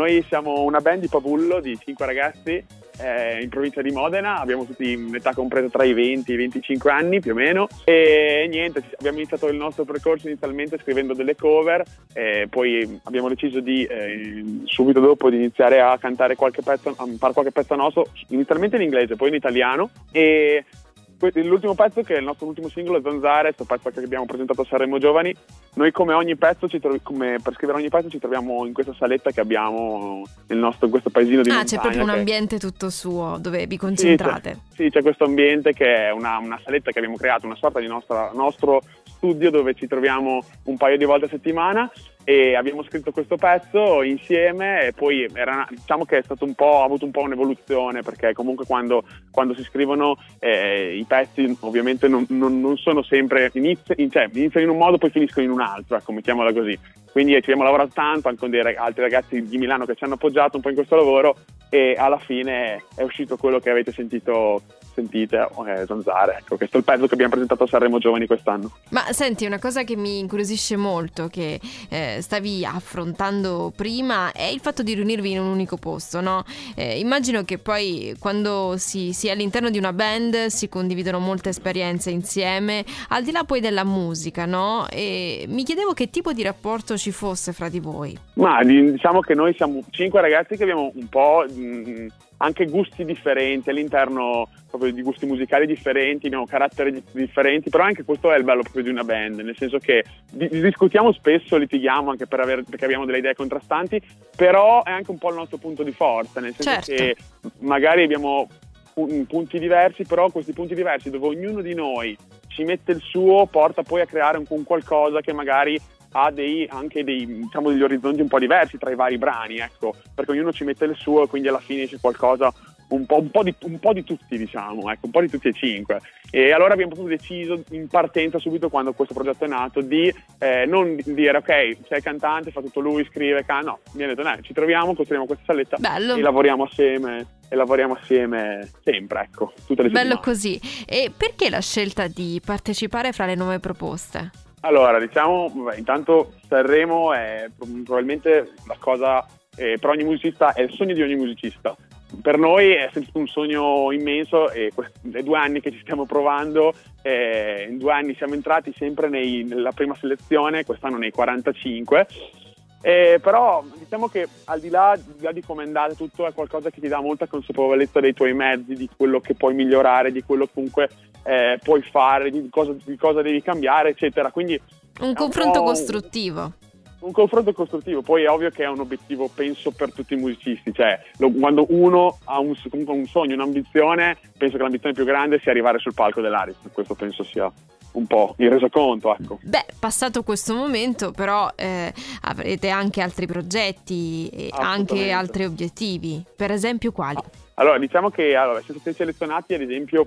noi siamo una band di Pavullo di 5 ragazzi in provincia di Modena, abbiamo tutti un'età compresa tra i 20 e i 25 anni più o meno, e niente, abbiamo iniziato il nostro percorso inizialmente scrivendo delle cover, poi abbiamo deciso di subito dopo di iniziare a cantare qualche pezzo, a fare qualche pezzo nostro, inizialmente in inglese, poi in italiano, e l'ultimo pezzo, che è il nostro ultimo singolo, è Zanzare, questo pezzo che abbiamo presentato a Sanremo Giovani. Noi come ogni pezzo come per scrivere ogni pezzo ci troviamo in questa saletta che abbiamo in questo paesino di montagna. C'è proprio un ambiente tutto suo dove vi concentrate. Sì, c'è questo ambiente che è una saletta che abbiamo creato, una sorta di nostro studio dove ci troviamo un paio di volte a settimana, e abbiamo scritto questo pezzo insieme, e poi diciamo che è stato ha avuto un po' un'evoluzione, perché comunque quando si scrivono i pezzi ovviamente non sono sempre iniziano in un modo poi finiscono in un altro, ecco, mettiamola così. Quindi ci abbiamo lavorato tanto anche con altri ragazzi di Milano che ci hanno appoggiato un po' in questo lavoro, e alla fine è uscito quello che avete sentite, Zanzare, ecco, questo è il pezzo che abbiamo presentato a Sanremo Giovani quest'anno. Ma senti, una cosa che mi incuriosisce molto, che stavi affrontando prima, è il fatto di riunirvi in un unico posto, no? Immagino che poi quando si è all'interno di una band si condividono molte esperienze insieme, al di là poi della musica, no? E mi chiedevo che tipo di rapporto ci fosse fra di voi. Ma diciamo che noi siamo 5 ragazzi che abbiamo un po' anche gusti differenti all'interno, proprio di gusti musicali differenti, caratteri differenti, però anche questo è il bello proprio di una band, nel senso che discutiamo spesso, litighiamo anche perché abbiamo delle idee contrastanti, però è anche un po' il nostro punto di forza, nel senso che magari abbiamo punti diversi, però questi punti diversi dove ognuno di noi ci mette il suo porta poi a creare un qualcosa che magari ha anche degli orizzonti un po' diversi tra i vari brani, ecco, perché ognuno ci mette il suo e quindi alla fine c'è qualcosa un po' di tutti, diciamo, ecco, un po' di tutti e 5. E allora abbiamo proprio deciso in partenza, subito quando questo progetto è nato, di non dire ok, sei cantante, fa tutto lui, scrive, no, mi hanno detto ci troviamo, costruiamo questa saletta. Bello. E lavoriamo assieme sempre, ecco, tutte le settimane. Bello così. E perché la scelta di partecipare fra le nuove proposte? Allora, diciamo, intanto Sanremo è probabilmente la cosa, per ogni musicista, è il sogno di ogni musicista. Per noi è sempre stato un sogno immenso, e nei 2 anni che ci stiamo provando, in 2 anni siamo entrati sempre nella prima selezione, quest'anno nei 45. Però diciamo che al di là di come è andato tutto, è qualcosa che ti dà molta consapevolezza dei tuoi mezzi, di quello che puoi migliorare, di quello che comunque puoi fare, di cosa devi cambiare, eccetera. Quindi un confronto costruttivo. Un confronto costruttivo, poi è ovvio che è un obiettivo, penso, per tutti i musicisti, cioè quando uno ha comunque un sogno, un'ambizione, penso che l'ambizione più grande sia arrivare sul palco dell'Aris, questo penso sia un po' il resoconto, ecco. Passato questo momento, però avrete anche altri progetti e anche altri obiettivi, per esempio quali? Allora, diciamo che siamo stati selezionati ad esempio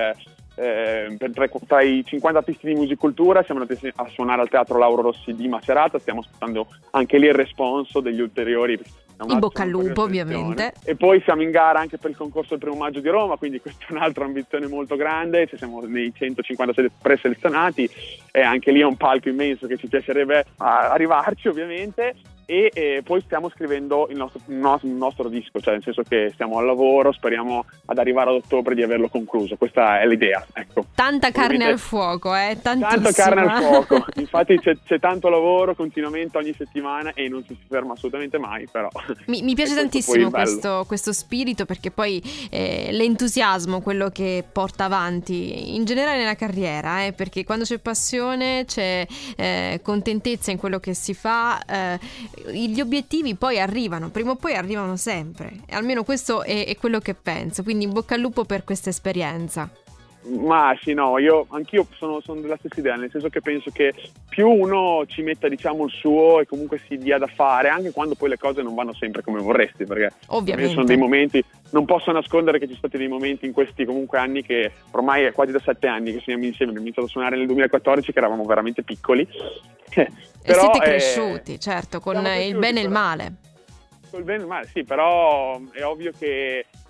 tra i 50 artisti di musicultura, siamo andati a suonare al Teatro Lauro Rossi di Macerata, stiamo aspettando anche lì il responso degli ulteriori. In bocca al lupo, ovviamente. E poi siamo in gara anche per il concorso del 1° maggio di Roma, quindi questa è un'altra ambizione molto grande, siamo nei 150 preselezionati, e anche lì è un palco immenso che ci piacerebbe arrivarci, ovviamente. E poi stiamo scrivendo il nostro disco, cioè nel senso che stiamo al lavoro, speriamo ad arrivare ad ottobre di averlo concluso, questa è l'idea, ecco. Tanta carne al fuoco, tantissima. Tanta carne al fuoco, infatti c'è tanto lavoro continuamente ogni settimana e non ci si ferma assolutamente mai, però. Mi piace tantissimo questo spirito, perché poi l'entusiasmo, quello che porta avanti in generale nella carriera, perché quando c'è passione, c'è contentezza in quello che si fa, gli obiettivi poi arrivano, prima o poi arrivano sempre, e almeno questo è quello che penso, quindi in bocca al lupo per questa esperienza. Ma sì, no, anch'io sono della stessa idea, nel senso che penso che più uno ci metta, diciamo, il suo e comunque si dia da fare, anche quando poi le cose non vanno sempre come vorresti, perché ovviamente sono dei momenti, non posso nascondere che ci sono stati dei momenti in questi comunque anni, che ormai è quasi da 7 anni che suoniamo insieme, abbiamo iniziato a suonare nel 2014 che eravamo veramente piccoli. Però siete cresciuti, certo, con il bene e il male. Col bene e il male, sì, però è ovvio che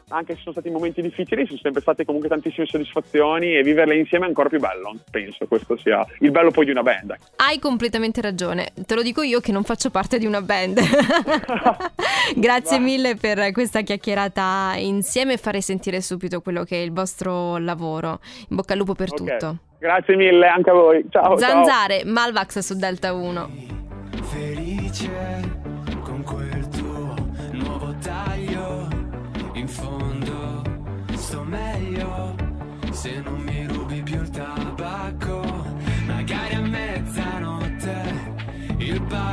anche se sono stati momenti difficili, sono sempre state comunque tantissime soddisfazioni, e viverle insieme è ancora più bello. Penso questo sia il bello poi di una band. Hai completamente ragione, te lo dico io che non faccio parte di una band. Grazie mille per questa chiacchierata insieme, farei sentire subito quello che è il vostro lavoro. In bocca al lupo per tutto. Grazie mille anche a voi. Ciao. Zanzare, ciao. Malvax su Delta 1. Felice con quel tuo nuovo taglio, in fondo sto meglio se non mi rubi più il tabacco, magari a mezzanotte il bar